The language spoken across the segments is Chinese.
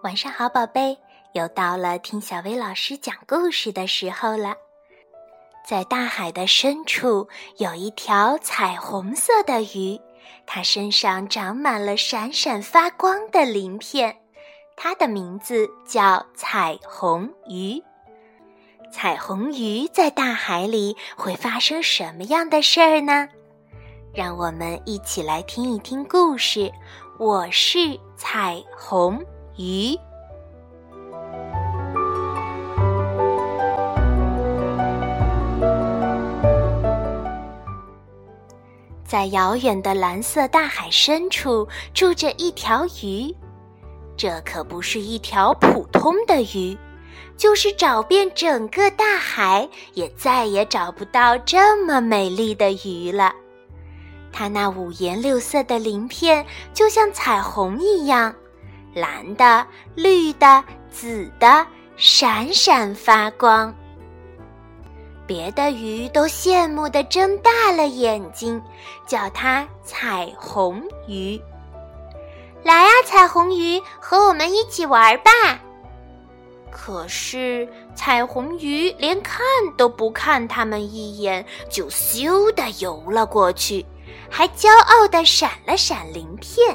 晚上好，宝贝，又到了听小薇老师讲故事的时候了。在大海的深处，有一条彩虹色的鱼，它身上长满了闪闪发光的鳞片，它的名字叫彩虹鱼。彩虹鱼在大海里会发生什么样的事儿呢？让我们一起来听一听故事。我是彩虹鱼。在遥远的蓝色大海深处住着一条鱼，这可不是一条普通的鱼，就是找遍整个大海也再也找不到这么美丽的鱼了。它那五颜六色的鳞片就像彩虹一样，蓝的、绿的、紫的，闪闪发光。别的鱼都羡慕地睁大了眼睛，叫它彩虹鱼。来啊，彩虹鱼，和我们一起玩吧。可是彩虹鱼连看都不看它们一眼，就咻地游了过去，还骄傲地闪了闪鳞片。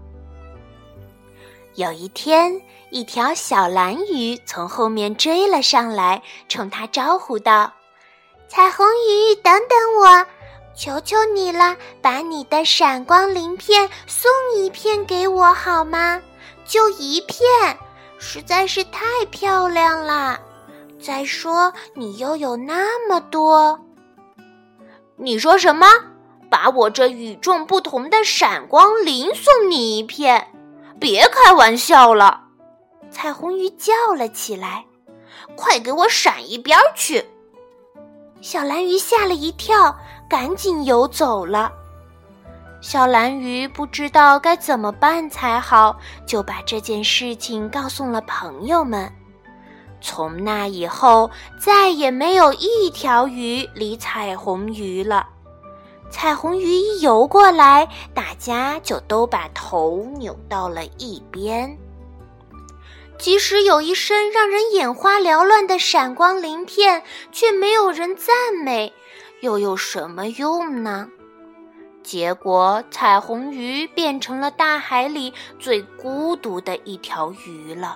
有一天，一条小蓝鱼从后面追了上来，冲它招呼道：彩虹鱼，等等我，求求你了，把你的闪光鳞片送一片给我好吗？就一片，实在是太漂亮了。再说，你又有那么多。你说什么？把我这与众不同的闪光鳞送你一片？别开玩笑了！彩虹鱼叫了起来，快给我闪一边去！小蓝鱼吓了一跳，赶紧游走了。小蓝鱼不知道该怎么办才好，就把这件事情告诉了朋友们。从那以后，再也没有一条鱼理彩虹鱼了。彩虹鱼一游过来，大家就都把头扭到了一边。即使有一身让人眼花缭乱的闪光鳞片，却没有人赞美，又有什么用呢？结果彩虹鱼变成了大海里最孤独的一条鱼了。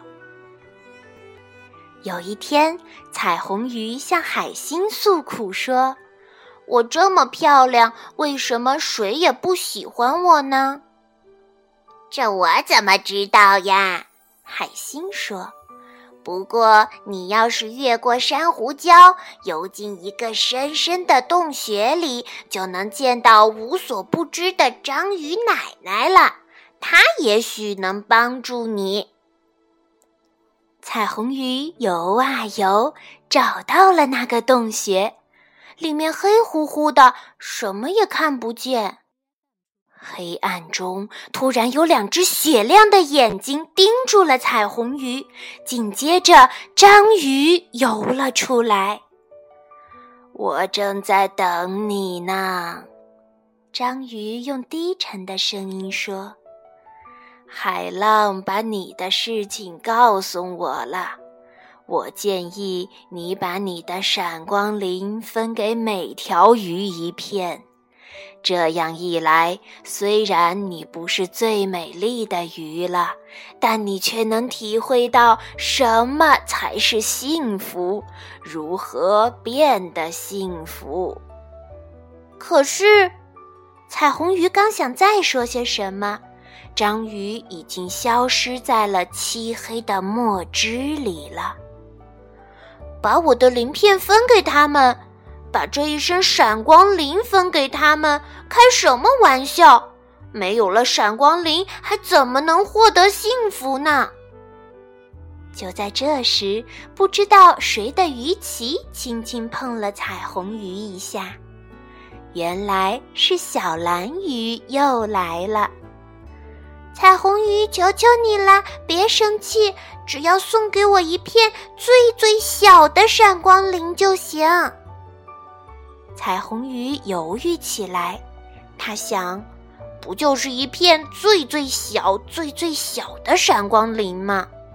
有一天，彩虹鱼向海星诉苦说：我这么漂亮，为什么谁也不喜欢我呢？这我怎么知道呀？海星说，不过你要是越过珊瑚礁，游进一个深深的洞穴里，就能见到无所不知的章鱼奶奶了，她也许能帮助你。彩虹鱼游啊游，找到了那个洞穴，里面黑乎乎的，什么也看不见。黑暗中突然有两只雪亮的眼睛盯住了彩虹鱼，紧接着章鱼游了出来。我正在等你呢，章鱼用低沉的声音说。海浪把你的事情告诉我了，我建议你把你的闪光鳞分给每条鱼一片。这样一来，虽然你不是最美丽的鱼了，但你却能体会到什么才是幸福，如何变得幸福。可是，彩虹鱼刚想再说些什么，章鱼已经消失在了漆黑的墨汁里了。把我的鳞片分给他们，把这一身闪光鳞分给他们，开什么玩笑？没有了闪光鳞，还怎么能获得幸福呢？就在这时，不知道谁的鱼鳍轻轻碰了彩虹鱼一下，原来是小蓝鱼又来了。彩虹鱼，求求你了，别生气，只要送给我一片最最小的闪光鳞就行。彩虹鱼犹豫起来，他想，不就是一片最最小、最最小的闪光鳞吗？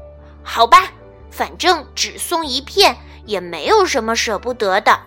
好吧，反正只送一片，也没有什么舍不得的。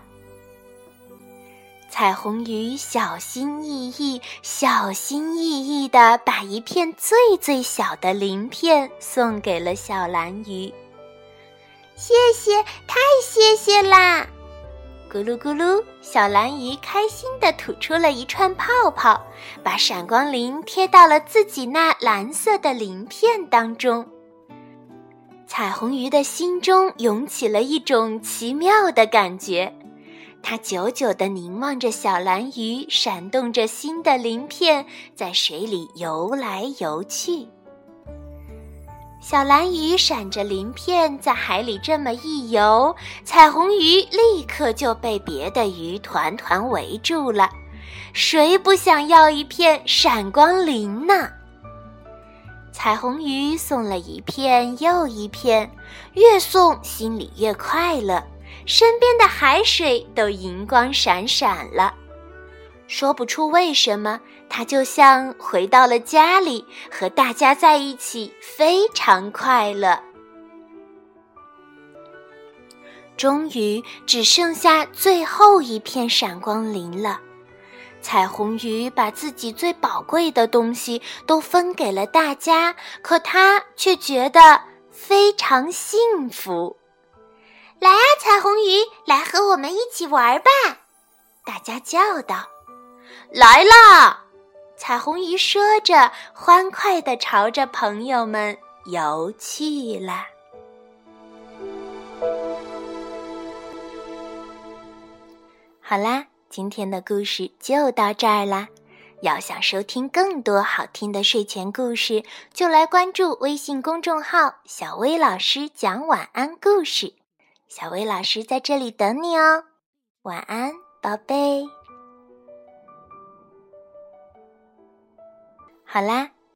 彩虹鱼小心翼翼地把一片最最小的鳞片送给了小蓝鱼。谢谢，太谢谢啦！咕噜咕噜，小蓝鱼开心地吐出了一串泡泡，把闪光鳞贴到了自己那蓝色的鳞片当中。彩虹鱼的心中涌起了一种奇妙的感觉，它久久地凝望着小蓝鱼闪动着新的鳞片在水里游来游去。小蓝鱼闪着鳞片在海里这么一游，彩虹鱼立刻就被别的鱼团团围住了。谁不想要一片闪光鳞呢？彩虹鱼送了一片又一片，越送心里越快乐，身边的海水都银光闪闪了。说不出为什么，它就像回到了家里，和大家在一起非常快乐。终于只剩下最后一片闪光鳞了，彩虹鱼把自己最宝贵的东西都分给了大家，可它却觉得非常幸福。来啊，彩虹鱼，来和我们一起玩吧！大家叫道。来啦！彩虹鱼说着，欢快地朝着朋友们游去了。好啦，今天的故事就到这儿啦。要想收听更多好听的睡前故事，就来关注微信公众号“小薇老师讲晚安故事”。小薇老师在这里等你哦。晚安，宝贝。好啦，